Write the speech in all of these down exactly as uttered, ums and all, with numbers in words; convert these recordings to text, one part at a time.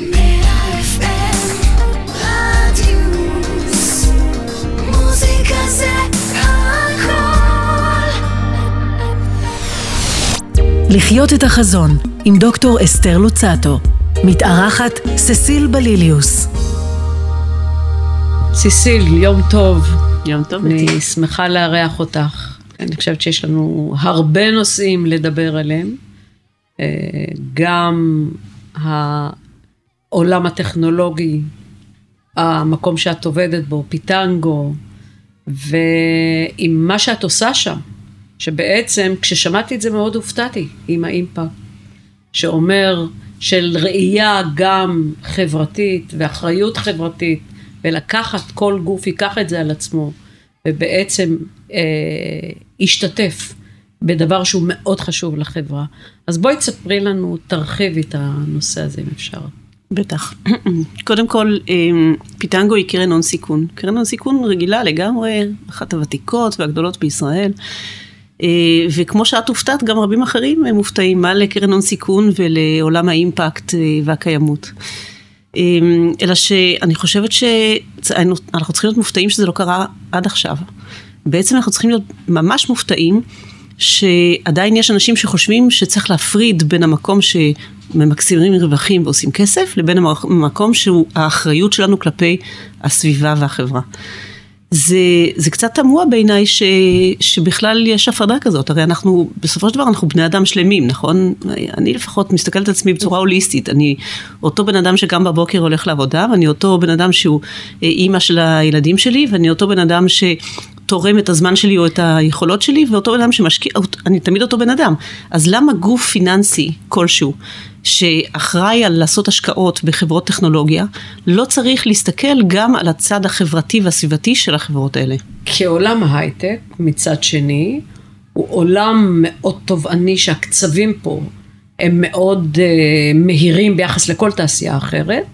מאה אף אם רדיוס, מוזיקה זה הכל. לחיות את החזון עם דוקטור אסתר לוצאטו, מתארחת ססיל בליליוס. סיסיל, יום טוב. יום טוב. אני שמחה לארח אותך. אני חושבת שיש לנו הרבה נושאים לדבר עליהם. גם העולם הטכנולוגי, המקום שאת עובדת בו, פיטנגו, ועם מה שאת עושה שם, שבעצם כששמעתי את זה מאוד הופתעתי עם האימפקט, שאומר של ראייה גם חברתית ואחריות חברתית, ולקחת כל גוף ייקח את זה על עצמו, ובעצם אה, ישתתף בדבר שהוא מאוד חשוב לחברה. אז בואי תספרי לנו, תרחיבי את הנושא הזה אם אפשר. בטח. קודם כל, פיטנגו היא קרן הון סיכון. קרן הון סיכון רגילה לגמרי, אחת הוותיקות והגדולות בישראל. וכמו שאת הופתעת, גם רבים אחרים הם מופתעים מה לקרן הון סיכון ולעולם האימפקט והקיימות. אלא שאני חושבת שאנחנו צריכים להיות מופתעים שזה לא קרה עד עכשיו. בעצם אנחנו צריכים להיות ממש מופתעים שעדיין יש אנשים שחושבים שצריך להפריד בין המקום שממקסימים רווחים ועושים כסף, לבין המקום שהוא האחריות שלנו כלפי הסביבה והחברה. זה, זה קצת תמוה בעיניי ש, שבכלל יש הפרדה כזאת. הרי אנחנו, בסופו של דבר אנחנו בני אדם שלמים, נכון? אני לפחות מסתכלת על עצמי בצורה הוליסטית. אני אותו בן אדם שגם בבוקר הולך לעבודה, ואני אותו בן אדם שהוא אימא של הילדים שלי, ואני אותו בן אדם ש... תורם את הזמן שלי או את היכולות שלי, ואותו בן אדם שמשקיע, אני תמיד אותו בן אדם. אז למה גוף פיננסי כלשהו, שאחראי על לעשות השקעות בחברות טכנולוגיה, לא צריך להסתכל גם על הצד החברתי והסביבתי של החברות האלה? כעולם ההייטק, מצד שני, הוא עולם מאוד תובעני שהקצבים פה הם מאוד uh, מהירים ביחס לכל תעשייה אחרת,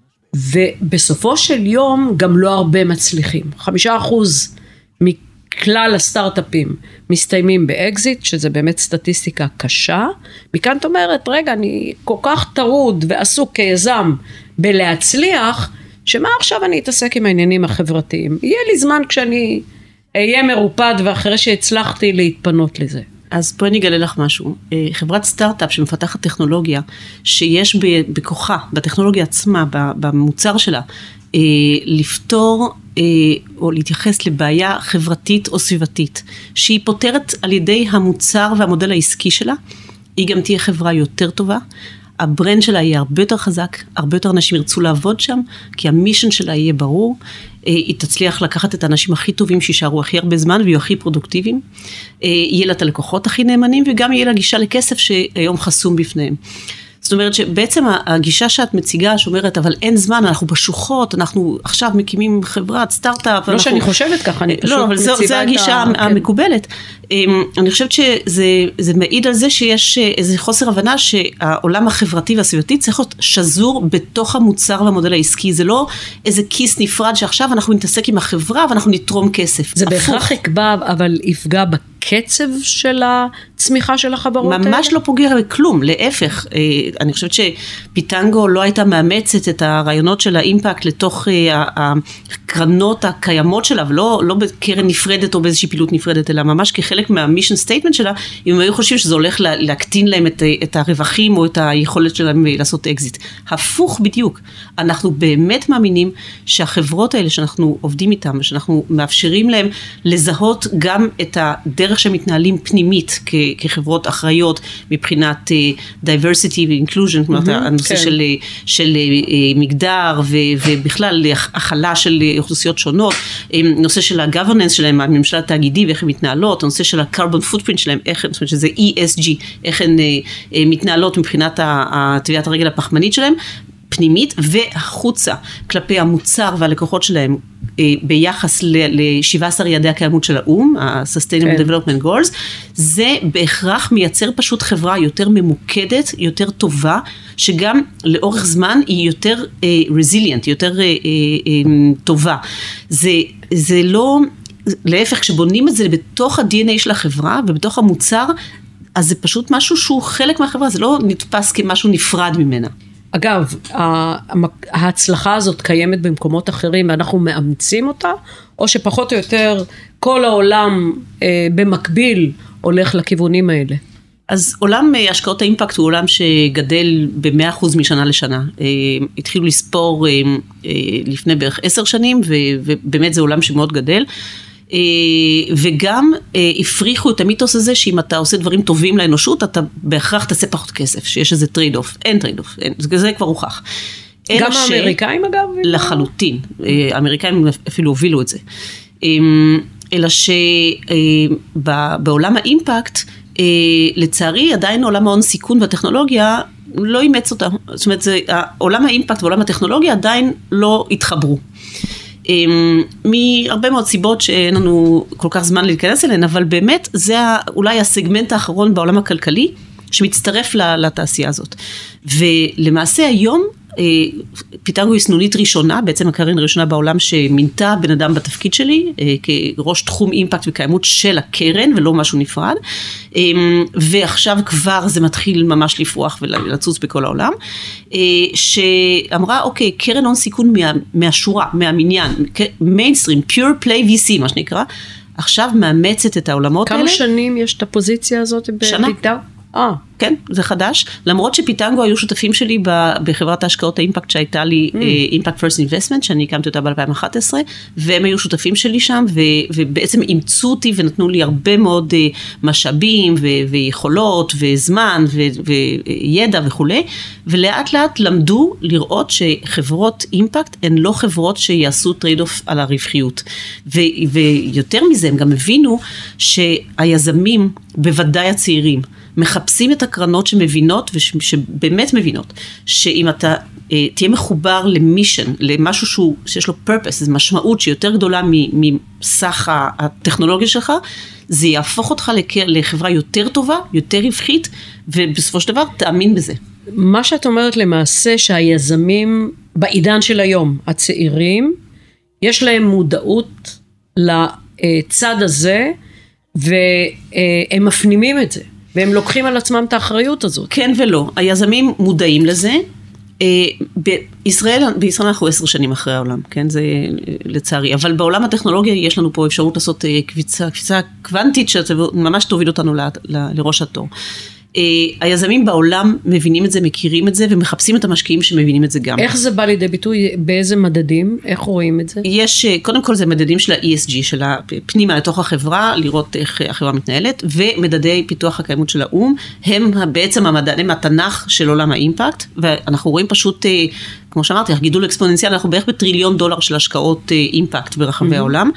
ובסופו של יום גם לא הרבה מצליחים. חמישה אחוז מכלל הסטארט-אפים מסתיימים באקזיט, שזה באמת סטטיסטיקה קשה. מכאן את אומרת, רגע, אני כל כך טרוד ועסוק כיזם בלהצליח, שמה עכשיו אני אתעסק עם העניינים החברתיים? יהיה לי זמן כשאני אהיה מרופד, ואחרי שהצלחתי להתפנות לזה. אז פה אני אגלה לך משהו. חברת סטארט-אפ שמפתחת טכנולוגיה, שיש בכוחה, בטכנולוגיה עצמה, במוצר שלה, לפתור או להתייחס לבעיה חברתית או סביבתית, שהיא פותרת על ידי המוצר והמודל העסקי שלה, היא גם תהיה חברה יותר טובה, הברנד שלה יהיה הרבה יותר חזק, הרבה יותר אנשים ירצו לעבוד שם, כי המישן שלה יהיה ברור, היא תצליח לקחת את האנשים הכי טובים שישארו הכי הרבה זמן ויהיו הכי פרודוקטיביים, יהיה לה את הלקוחות הכי נאמנים, וגם יהיה לה גישה לכסף שהיום חסום בפניהם. זאת אומרת שבעצם הגישה שאת מציגה שאומרת, אבל אין זמן, אנחנו בשוחות, אנחנו עכשיו מקימים חברת סטארט-אפ. לא שאני חושבת ככה, אני פשוט מציבה את ה... לא, אבל זו הגישה המקובלת. אני חושבת שזה מעיד על זה שיש איזה חוסר הבנה שהעולם החברתי והסביבתי צריך להיות שזור בתוך המוצר והמודל העסקי. זה לא איזה כיס נפרד שעכשיו אנחנו נתעסק עם החברה ואנחנו נתרום כסף. זה בהכרח יקבע, אבל יפגע בקצב של הצמיחה של החברות האלה? ממש לא פוגע בכלום, להפך. אני חושבת שפיטנגו לא הייתה מאמצת את הרעיונות של האימפקט לתוך הקרנות הקיימות שלה, ולא לא בקרן נפרדת או באיזושהי פעילות נפרדת, אלא ממש כחלק מהמישן סטייטמנט שלה, אם הם היו חושבים שזה הולך להקטין להם את, את הרווחים או את היכולת שלהם לעשות אקזיט. הפוך בדיוק. אנחנו באמת מאמינים שהחברות האלה שאנחנו עובדים איתם, שאנחנו מאפשרים להם לזהות גם את הדרך שמתנהלים פנימית כ, כחברות אחראיות מבחינת diversity ו-inclusion, כלומר, הנושא של, של מגדר ובכלל הכלה של אוכלוסיות שונות, נושא של ה-governance שלהם, הממשל התאגידי ואיך הן מתנהלות, הנושא של ה-carbon footprint שלהם, איך, זאת אומרת שזה E S G, איך הן מתנהלות מבחינת טביעת הרגל הפחמנית שלהם, פנימית והחוצה כלפי המוצר והלקוחות שלהם ביחס ל-שבעה עשר יעדי הקיימות של האום, ה-Sustainable Development Goals, זה בהכרח מייצר פשוט חברה יותר ממוקדת, יותר טובה, שגם לאורך זמן היא יותר resilient, יותר טובה. זה, זה לא, להפך, כשבונים את זה בתוך ה-די אן איי של החברה ובתוך המוצר, אז זה פשוט משהו שהוא חלק מהחברה, זה לא נתפס כמשהו נפרד ממנה. אגב, ההצלחה הזאת קיימת במקומות אחרים, ואנחנו מאמצים אותה, או שפחות או יותר כל העולם במקביל הולך לכיוונים האלה? אז עולם השקעות האימפקט הוא עולם שגדל ב-מאה אחוז משנה לשנה. התחילו לספור לפני בערך עשר שנים, ובאמת זה עולם שמאוד גדל. וגם הפריחו את המיתוס הזה, שאם אתה עושה דברים טובים לאנושות, אתה בהכרח תעשה פחות כסף, שיש איזה טרייד אוף. אין טרייד אוף, זה כבר הוכח. גם האמריקאים אגב? לחלוטין. האמריקאים אפילו הובילו את זה. אלא שבעולם האימפקט, לצערי עדיין עולם ההון סיכון והטכנולוגיה לא אימץ אותה. זאת אומרת, עולם האימפקט ועולם הטכנולוגיה עדיין לא התחברו. מהרבה מאוד סיבות שאין לנו כל כך זמן להיכנס אליהן, אבל באמת זה אולי הסגמנט האחרון בעולם הכלכלי שמצטרף לתעשייה הזאת. ולמעשה היום פיתנגו היא סנונית ראשונה, בעצם הקרן הראשונה בעולם שמינתה בן אדם בתפקיד שלי, כראש תחום אימפקט וקיימות של הקרן, ולא משהו נפרד, ועכשיו כבר זה מתחיל ממש לפרוח ולצוץ בכל העולם, שאמרה, אוקיי, קרן הון סיכון מה, מהשורה, מהמניין, מיינסטרים, pure play וי סי, מה שנקרא, עכשיו מאמצת את העולמות כמה האלה. כמה שנים יש את הפוזיציה הזאת? שנה. בפיתנגו? אה. כן, זה חדש, למרות שפיתנגו היו שותפים שלי בחברת ההשקעות האימפקט שהייתה לי, אימפקט פרסט אינבסטמנט, שאני הקמתי אותה ב-אלפיים ואחת עשרה, והם היו שותפים שלי שם, ובעצם אימצו אותי ונתנו לי הרבה מאוד משאבים ויכולות וזמן וידע וכו', ולאט לאט למדו לראות שחברות אימפקט הן לא חברות שיעשו טרייד אוף על הרווחיות, ויותר מזה הם גם הבינו שהיזמים, בוודאי הצעירים, מחפשים את הקרנות שמבינות, ושבאמת מבינות, שאם אתה אה, תהיה מחובר למישן, למשהו שהוא, שיש לו purpose, זו משמעות שיותר גדולה מסך הטכנולוגיה שלך, זה יהפוך אותך לחברה יותר טובה, יותר רווחית, ובסופו של דבר תאמין בזה. מה שאת אומרת למעשה שהיזמים בעידן של היום, הצעירים, יש להם מודעות לצד הזה, והם מפנימים את זה. והם לוקחים על עצמם את האחריות הזאת. כן ולא, היזמים מודעים לזה, בישראל, בישראל אנחנו עשר שנים אחרי העולם, כן, זה לצערי, אבל בעולם הטכנולוגיה יש לנו פה אפשרות לעשות קביצה, קביצה קוונטית, שממש תוביל אותנו ל, ל, לראש התור. היזמים בעולם מבינים את זה, מכירים את זה, ומחפשים את המשקיעים שמבינים את זה גם. איך זה בא לידי ביטוי, באיזה מדדים, איך רואים את זה? יש, קודם כל זה מדדים של ה-אי אס ג'י, של הפנימה לתוך החברה, לראות איך החברה מתנהלת, ומדדי פיתוח הקיימות של האום, הם בעצם המדענים, התנ"ך של עולם האימפקט, ואנחנו רואים פשוט, כמו שאמרתי, גידול אקספוננציאלי, אנחנו בערך בטריליון דולר של השקעות אימפקט ברחבי העולם,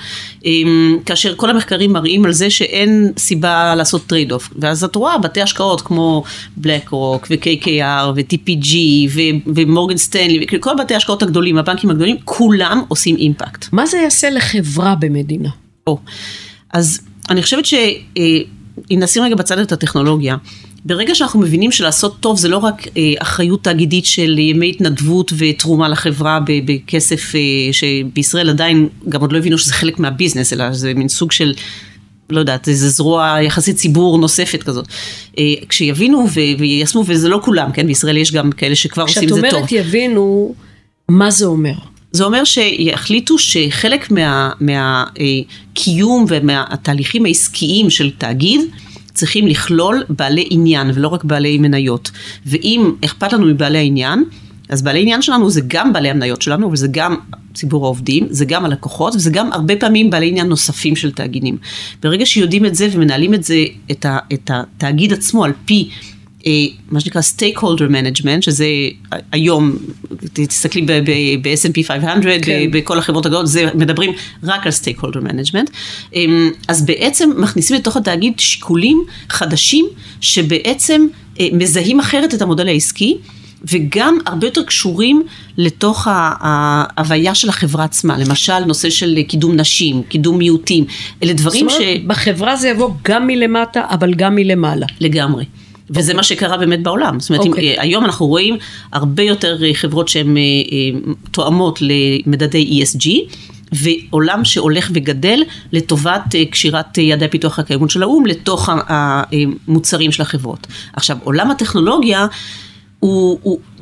כאשר כל המחקרים מראים על זה שאין סיבה לעשות טרייד אוף, ואז את רואה בתי השקעות כמו בלק רוק ו-קיי קיי אר ו-טי פי ג'י ומורגן סטנלי, כל בתי השקעות הגדולים, הבנקים הגדולים, כולם עושים אימפקט. מה זה יעשה לחברה במדינה? או, אז אני חושבת שאם נשים רגע בצד את הטכנולוגיה, ברגע שאנחנו מבינים שלעשות טוב זה לא רק אה, אחריות תאגידית של ימי התנדבות ותרומה לחברה בכסף אה, שבישראל עדיין גם עוד לא הבינו שזה חלק מהביזנס, אלא זה מין סוג של, לא יודעת, זה זרוע יחסית ציבור נוספת כזאת. אה, כשיבינו ו- ויישמו, וזה לא כולם, כן, בישראל יש גם כאלה שכבר עושים את זה טוב. כשאת אומרת יבינו, מה זה אומר? זה אומר שיחליטו שחלק מה, מה, אה, קיום ומהתהליכים העסקיים של תאגיד, צריכים לכלול בעלי עניין ולא רק בעלי מניות. ואם אכפת לנו מבעלי העניין, אז בעלי עניין שלנו זה גם בעלי המניות שלנו, אבל זה גם ציבור העובדים, זה גם הלקוחות, וזה גם הרבה פעמים בעלי עניין נוספים של תאגידים. ברגע שיודעים את זה ומנהלים את זה, את, ה, את התאגיד עצמו על פי, מה שנקרא stakeholder management, שזה היום, תסתכלי ב-אס אנד פי חמש מאות, כן. בכל החברות הגדולות, זה מדברים רק על stakeholder management, אז בעצם מכניסים לתוך התאגיד שיקולים חדשים, שבעצם מזהים אחרת את המודל העסקי, וגם הרבה יותר קשורים לתוך ההוויה של החברה עצמה, למשל נושא של קידום נשים, קידום מיעוטים, אלה דברים ש... בחברה זה יבוא גם מלמטה, אבל גם מלמעלה. לגמרי. וזה מה שקרה באמת בעולם. זאת אומרת, okay. היום אנחנו רואים הרבה יותר חברות שהן תואמות למדדי אי אס ג'י, ועולם שהולך וגדל לטובת קשירת יעדי פיתוח הקיימות של האום, לתוך המוצרים של החברות. עכשיו, עולם הטכנולוגיה הוא, הוא,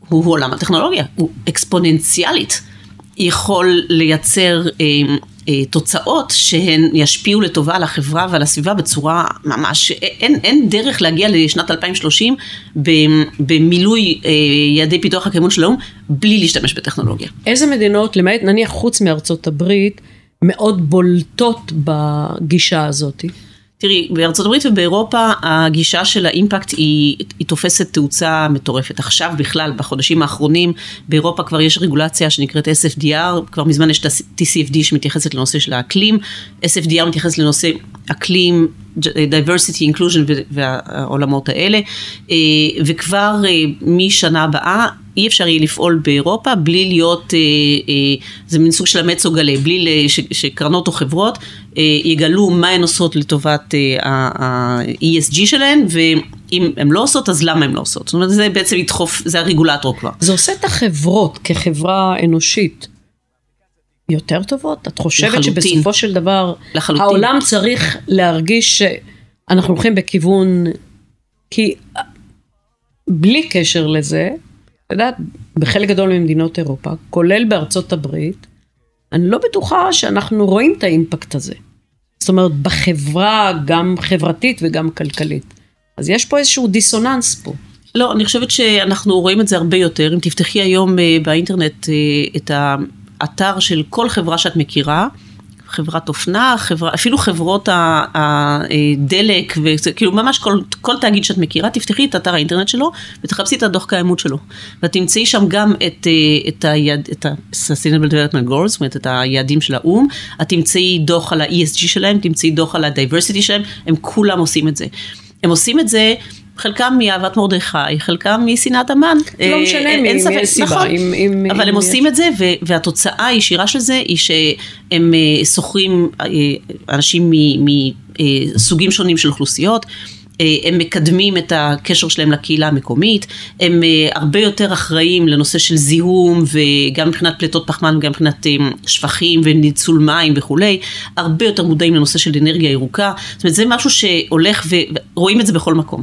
הוא עולם הטכנולוגיה, הוא אקספוננציאלית, יכול לייצר אה, אה, תוצאות שהן ישפיעו לטובה על החברה ועל הסביבה בצורה ממש, אין, אין דרך להגיע לשנת אלפיים ושלושים במילוי אה, יעדי פיתוח הקיימות של האו"ם, בלי להשתמש בטכנולוגיה. איזה מדינות, למעט נניח חוץ מארצות הברית, מאוד בולטות בגישה הזאת? תראי, בארצות הברית ובאירופה הגישה של האימפקט היא, היא תופסת תאוצה מטורפת. עכשיו בכלל, בחודשים האחרונים, באירופה כבר יש רגולציה שנקראת אס אף די אר, כבר מזמן יש את ה-טי סי אף די שמתייחסת לנושא של האקלים, אס אף די אר מתייחס לנושא אקלים, diversity, inclusion והעולמות האלה, וכבר משנה הבאה, אי אפשר יהיה לפעול באירופה בלי להיות, זה מין סוג של אמץ או גלה, בלי שקרנות או חברות יגלו מה הן עושות לטובת ה-אי אס ג'י שלהן, ואם הן לא עושות, אז למה הן לא עושות? זאת אומרת, זה בעצם לדחוף, זה הרגולטור כבר. זה עושה את החברות כחברה אנושית יותר טובות? את חושבת לחלוטין. שבסופו של דבר, לחלוטין. העולם צריך להרגיש שאנחנו הולכים בכיוון, כי בלי קשר לזה, אתה יודעת, בחלק גדול ממדינות אירופה, כולל בארצות הברית, אני לא בטוחה שאנחנו רואים את האימפקט הזה. זאת אומרת, בחברה גם חברתית וגם כלכלית. אז יש פה איזשהו דיסוננס פה. לא, אני חושבת שאנחנו רואים את זה הרבה יותר. אם תפתחי היום באינטרנט את האתר של כל חברה שאת מכירה, חברת אופנה, חברה, אפילו חברות הדלק, וכאילו ממש כל, כל תאגיד שאת מכירה, תפתחי את אתר האינטרנט שלו, ותחפשי את הדוח קיימות שלו. ותמצאי שם גם את, את היעד, את ה-Sustainable Development Goals, זאת אומרת, את היעדים של האו"ם, את תמצאי דוח על ה-אי אס ג'י שלהם, תמצאי דוח על ה-Diversity שלהם, הם כולם עושים את זה. הם עושים את זה, חלקם מאהבת מרדכי, חלקם משנאת המן. לא משנה מי סיבה. נכון, אבל הם עושים את זה, והתוצאה הישירה של זה, היא שהם שוכרים אנשים מסוגים שונים של אוכלוסיות, הם מקדמים את הקשר שלהם לקהילה המקומית, הם הרבה יותר אחראים לנושא של זיהום, וגם מבחינת פליטות פחמן, גם מבחינת שפכים וניצול מים וכולי, הרבה יותר מודעים לנושא של אנרגיה ירוקה, זאת אומרת, זה משהו שהולך ורואים את זה בכל מקום.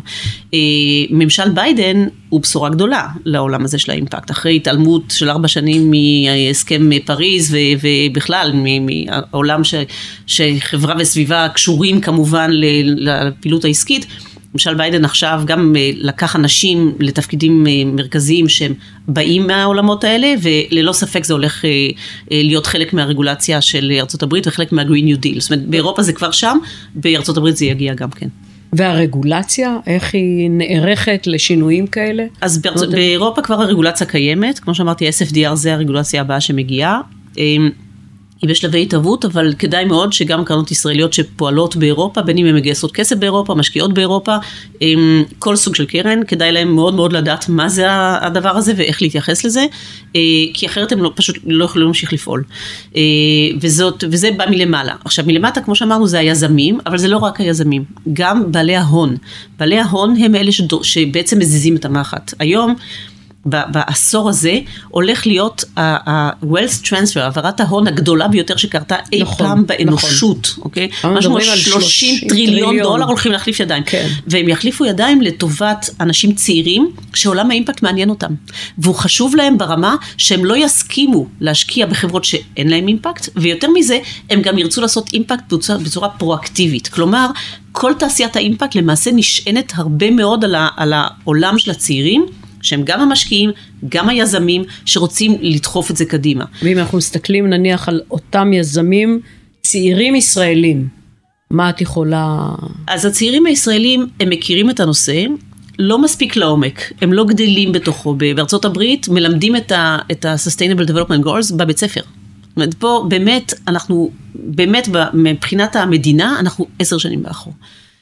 ממשל ביידן הוא בשורה גדולה לעולם הזה של האימפקט, אחרי התעלמות של ארבע שנים מהסכם פריז, ובכלל מהעולם שחברה וסביבה קשורים כמובן לפעילות העסקית, ממשל ביידן עכשיו גם לקח אנשים לתפקידים מרכזיים שהם באים מהעולמות האלה, וללא ספק זה הולך להיות חלק מהרגולציה של ארצות הברית, וחלק מה-Green New Deal. זאת אומרת, באירופה זה כבר שם, בארצות הברית זה יגיע גם כן. והרגולציה, איך היא נערכת לשינויים כאלה? אז בארצות, באירופה כבר הרגולציה קיימת, כמו שאמרתי, אס אף די אר זה הרגולציה הבאה שמגיעה, היא בשלבי התהוות, אבל כדאי מאוד שגם קרנות ישראליות שפועלות באירופה, בין אם הן מגייסות כסף באירופה, משקיעות באירופה, כל סוג של קרן, כדאי להם מאוד מאוד לדעת מה זה הדבר הזה ואיך להתייחס לזה, כי אחרת הם לא, פשוט לא יכולים להמשיך לפעול. וזאת, וזה בא מלמעלה. עכשיו, מלמטה, כמו שאמרנו, זה היזמים, אבל זה לא רק היזמים, גם בעלי ההון. בעלי ההון הם אלה שדור, שבעצם מזיזים את המחט. היום, בעשור הזה הולך להיות ה-wealth transfer, העברת ההון הגדולה ביותר שקרתה אי נכון, פעם באנושות, נכון. אוקיי? משהו שלושים טריליון דולר הולכים להחליף ידיים, כן. והם יחליפו ידיים לטובת אנשים צעירים, שעולם האימפקט מעניין אותם, והוא חשוב להם ברמה שהם לא יסכימו להשקיע בחברות שאין להם אימפקט, ויותר מזה, הם גם ירצו לעשות אימפקט בצורה, בצורה פרואקטיבית, כלומר, כל תעשיית האימפקט למעשה נשענת הרבה מאוד על, ה, על העולם של הצעירים, שהם גם המשקיעים, גם היזמים, שרוצים לדחוף את זה קדימה. ואם אנחנו מסתכלים נניח על אותם יזמים, צעירים ישראלים, מה את יכולה... אז הצעירים הישראלים, הם מכירים את הנושא, לא מספיק לעומק, הם לא גדלים בתוכו. בארצות הברית מלמדים את ה-Sustainable Development Goals בבית ספר. זאת אומרת, פה באמת, אנחנו, באמת מבחינת המדינה, אנחנו עשר שנים באחור.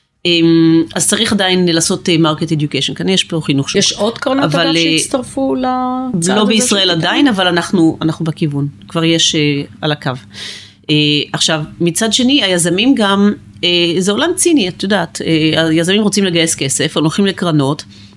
אז צריך עדיין לעשות מרקט אדיוקיישן, כאן יש פה חינוך שוק. יש עוד קרנות אגב שהצטרפו לצעד הזה? לא בישראל עדיין, אבל אנחנו, אנחנו בכיוון, כבר יש על הקו. עכשיו, מצד שני, היזמים גם, זה עולם ציני, את יודעת, היזמים רוצים לגייס כסף, הם הולכים לקרנות,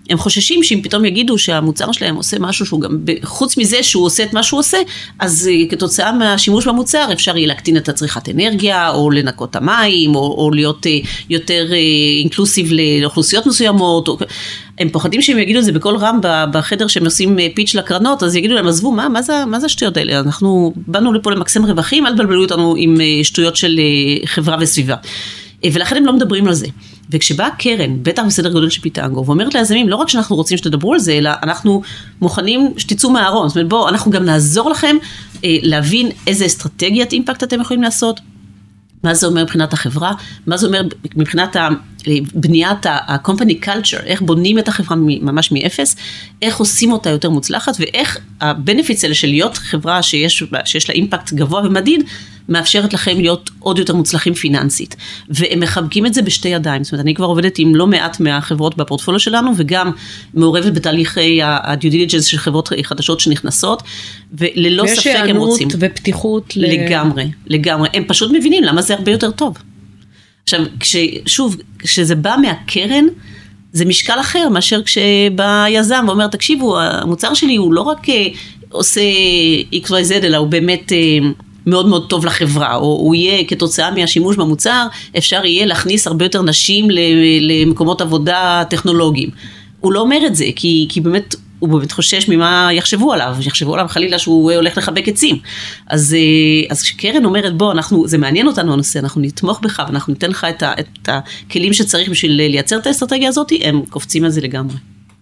הם חוששים שאם פתאום יגידו שהמוצר שלהם עושה משהו שהוא גם, חוץ מזה שהוא עושה את מה שהוא עושה, אז כתוצאה מהשימוש במוצר אפשר יהיה להקטין את הצריכת אנרגיה, או לנקות את המים, או, או להיות יותר אינקלוסיב לאוכלוסיות מסוימות, או, הם פוחדים שהם יגידו את זה בכל רם בחדר שהם עושים פיץ' לקרנות, אז יגידו להם, עזבו, מה, מה זה, מה זה השטויות האלה? אנחנו באנו לפה למקסם רווחים, אל תבלבלו אותנו עם שטויות של חברה וסביבה. ולכן הם לא מדברים על זה. וכשבאה קרן, בטח בסדר גודל של פיטנגו, ואומרת ליזמים, לא רק שאנחנו רוצים שתדברו על זה, אלא אנחנו מוכנים שתצאו מהארון. זאת אומרת, בואו, אנחנו גם נעזור לכם אה, להבין איזה אסטרטגיית אימפקט אתם יכולים לעשות, מה זה אומר מבחינת החברה, מה זה אומר מבחינת בניית ה-company culture, איך בונים את החברה ממש מאפס, איך עושים אותה יותר מוצלחת, ואיך ה-benefits האלה של להיות חברה שיש, שיש לה אימפקט גבוה ומדיד, מאפשרת לכם להיות עוד יותר מוצלחים פיננסית. והם מחבקים את זה בשתי ידיים. זאת אומרת, אני כבר עובדת עם לא מעט מהחברות בפורטפוליו שלנו, וגם מעורבת בתהליכי ה-due diligence של חברות חדשות שנכנסות, וללא ספק הם רוצים. ויש הענות ופתיחות. לגמרי, לגמרי. הם פשוט מבינים למה זה הרבה יותר טוב. עכשיו, שוב, כשזה בא מהקרן, זה משקל אחר מאשר כשבא יזם ואומר, תקשיבו, המוצר שלי הוא לא רק עושה אקס וואי זד, אלא הוא באמת מאוד מאוד טוב לחברה, או הוא יהיה כתוצאה מהשימוש במוצר, אפשר יהיה להכניס הרבה יותר נשים למקומות עבודה טכנולוגיים. הוא לא אומר את זה, כי, כי באמת, הוא באמת חושש ממה יחשבו עליו, יחשבו עליו חלילה שהוא הולך לחבק עצים. אז, אז כשקרן אומרת, בוא, אנחנו, זה מעניין אותנו הנושא, אנחנו נתמוך בך, ואנחנו ניתן לך את, ה, את הכלים שצריך בשביל לייצר את האסטרטגיה הזאת, הם קופצים על זה לגמרי.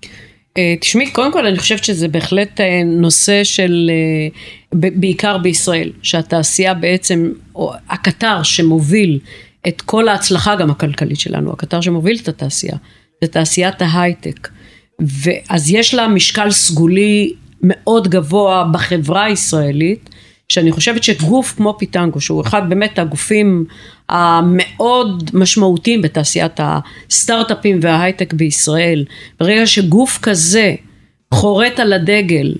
תשמעי, קודם כל אני חושבת שזה בהחלט נושא של, בעיקר בישראל, שהתעשייה בעצם, או הקטר שמוביל את כל ההצלחה גם הכלכלית שלנו, הקטר שמוביל את התעשייה, זה תעשיית ההייטק, ואז יש לה משקל סגולי מאוד גבוה בחברה הישראלית, שאני חושבת שגוף כמו פיטנגו, שהוא אחד באמת הגופים המאוד משמעותיים בתעשיית הסטארט-אפים וההייטק בישראל, ברגע שגוף כזה חורט על הדגל,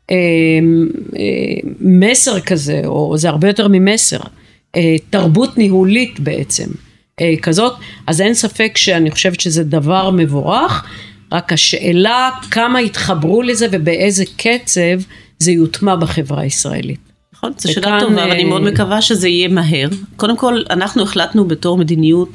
מסר כזה, או זה הרבה יותר ממסר, תרבות ניהולית בעצם, כזאת, אז אין ספק שאני חושבת שזה דבר מבורך, רק השאלה כמה יתחברו לזה ובאיזה קצב זה יוטמע בחברה הישראלית. נכון, זו שאלה טובה, ואני מאוד מקווה שזה יהיה מהר. קודם כל, אנחנו החלטנו בתור מדיניות,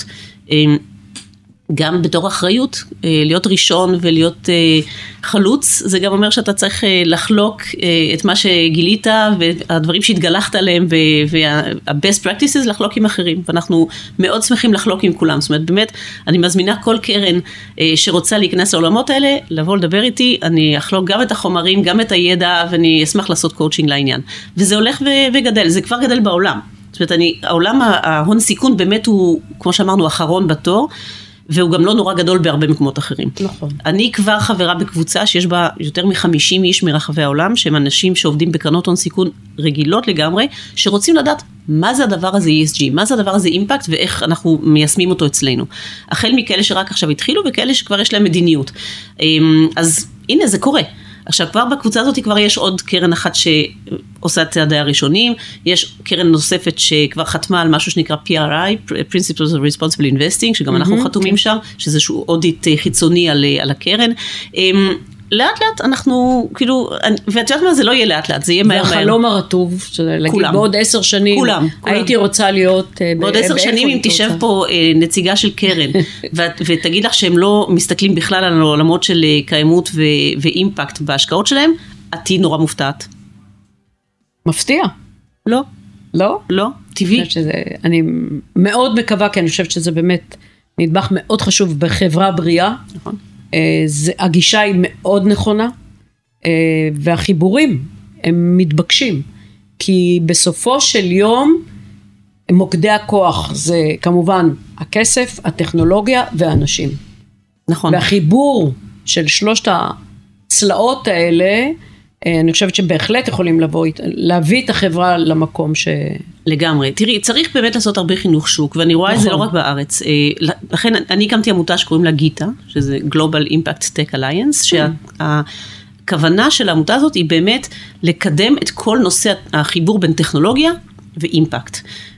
גם בתור אחריות, להיות ראשון ולהיות חלוץ, זה גם אומר שאתה צריך לחלוק את מה שגילית, והדברים שהתגלחת עליהם, וה-best practices לחלוק עם אחרים, ואנחנו מאוד שמחים לחלוק עם כולם. זאת אומרת, באמת, אני מזמינה כל קרן שרוצה להיכנס לעולמות האלה, לבוא לדבר איתי, אני אחלוק גם את החומרים, גם את הידע, ואני אשמח לעשות קואוצ'ינג לעניין. וזה הולך וגדל, זה כבר גדל בעולם. זאת אומרת, אני, העולם ההון סיכון באמת הוא, כמו שאמרנו, אחרון בתור, והוא גם לא נורא גדול בהרבה מקומות אחרים. נכון. אני כבר חברה בקבוצה שיש בה יותר מ-חמישים איש מרחבי העולם, שהם אנשים שעובדים בקרנות הון סיכון רגילות לגמרי, שרוצים לדעת מה זה הדבר הזה E S G, מה זה הדבר הזה אימפקט, ואיך אנחנו מיישמים אותו אצלנו. החל מכאלה שרק עכשיו התחילו, וכאלה שכבר יש להם מדיניות. אז הנה, זה קורה. עכשיו, כבר בקבוצה הזאת כבר יש עוד קרן אחת שעושה את צעדי הראשונים, יש קרן נוספת שכבר חתמה על משהו שנקרא P R I, Principles of Responsible Investing, שגם אנחנו חתומים שם, שזה איזשהו אודיט חיצוני על, על הקרן. לאט לאט אנחנו, כאילו, ואת יודעת מה, זה לא יהיה לאט לאט, זה יהיה מהר מהר. והחלום הרטוב, להגיד, בעוד עשר שנים, כולם, הייתי רוצה להיות... בעוד עשר שנים, אם תשב פה נציגה של קרן, ותגיד לך שהם לא מסתכלים בכלל על העולמות של קיימות ואימפקט בהשקעות שלהם, את תהיי נורא מופתעת. מפתיע. לא. לא? לא, טבעי. אני מאוד מקווה, כי אני חושבת שזה באמת נדבך מאוד חשוב בחברה בריאה. נכון. זה, הגישה היא מאוד נכונה, והחיבורים הם מתבקשים, כי בסופו של יום, מוקדי הכוח זה כמובן הכסף, הטכנולוגיה והאנשים. נכון. והחיבור של שלושת הצלעות האלה, אני חושבת שבהחלט יכולים לבוא, להביא את החברה למקום ש... לגמרי. תראי, צריך באמת לעשות הרבה חינוך שוק, ואני רואה נכון. את זה לא רק בארץ. לכן, אני הקמתי עמותה שקוראים לה גיטה, שזה Global Impact Tech Alliance, שהכוונה של העמותה הזאת היא באמת לקדם את כל נושא החיבור בין טכנולוגיה ואימפקט.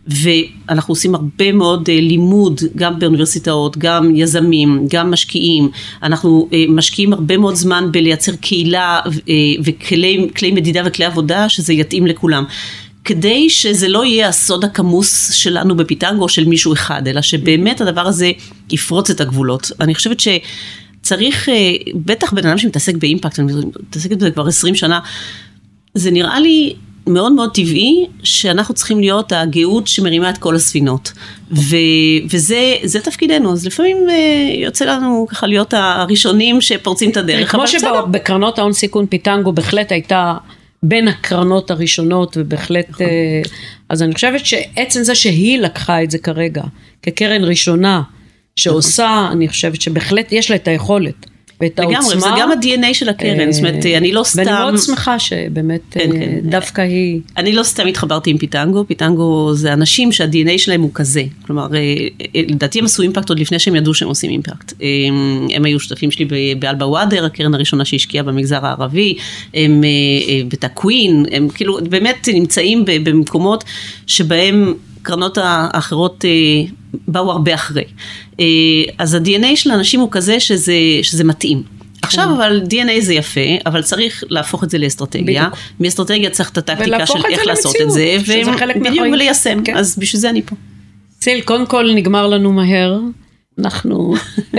ואנחנו עושים הרבה מאוד לימוד, גם באוניברסיטאות, גם יזמים, גם משקיעים, אנחנו משקיעים הרבה מאוד זמן בלייצר קהילה וכלי כלי מדידה וכלי עבודה, שזה יתאים לכולם. כדי שזה לא יהיה הסוד הכמוס שלנו בפיטנגו של מישהו אחד, אלא שבאמת הדבר הזה יפרוץ את הגבולות. אני חושבת שצריך, בטח בן אדם שמתעסק באימפקט, אני מתעסקת בזה כבר עשרים שנה, זה נראה לי מאוד מאוד טבעי שאנחנו צריכים להיות הגאות שמרימה את כל הספינות. ו, וזה זה תפקידנו, אז לפעמים יוצא לנו ככה להיות הראשונים שפורצים את הדרך. כמו שבקרנות ההון סיכון פיטנגו בהחלט הייתה בין הקרנות הראשונות, ובהחלט, אז אני חושבת שעצם זה שהיא לקחה את זה כרגע, כקרן ראשונה שעושה, אני חושבת שבהחלט יש לה את היכולת. לגמרי, זה גם ה-די אן איי של הקרן, זאת אומרת, אני לא סתם... ואני מאוד שמחה שבאמת דווקא היא... אני לא סתם התחברתי עם פיטנגו, פיטנגו זה אנשים שה-די אן איי שלהם הוא כזה, כלומר, לדעתי הם עשו אימפקט עוד לפני שהם ידעו שהם עושים אימפקט. הם היו שותפים שלי באלבה וואדר, הקרן הראשונה שהשקיעה במגזר הערבי, הם בתקווין, הם כאילו באמת נמצאים במקומות שבהם קרנות האחרות באו הרבה אחרי. אז ה-די אן איי של האנשים הוא כזה שזה, שזה מתאים. עכשיו אבל די אן איי זה יפה, אבל צריך להפוך את זה לאסטרטגיה. מאסטרטגיה צריך את הטקטיקה של איך לעשות את זה, ובדיוק וליישם. אז בשביל זה אני פה. סיל, קודם כל נגמר לנו מהר. אנחנו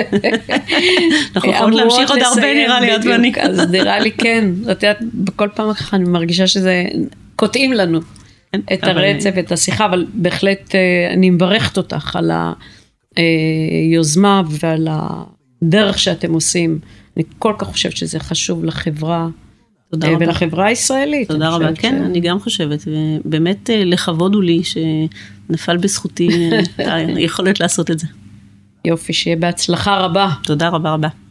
אנחנו יכולים להמשיך עוד הרבה נראה לי, בדיוק, אז נראה לי כן. את יודעת, בכל פעם ככה אני מרגישה שזה קוטעים לנו. את הרצף, את השיחה, אבל בהחלט אני מברכת אותך על היוזמה ועל הדרך שאתם עושים. אני כל כך חושבת שזה חשוב לחברה ולחברה הישראלית. תודה רבה, כן, אני גם חושבת, ובאמת לכבוד הוא לי שנפל בזכותי היכולת לעשות את זה. יופי, שיהיה בהצלחה רבה. תודה רבה רבה.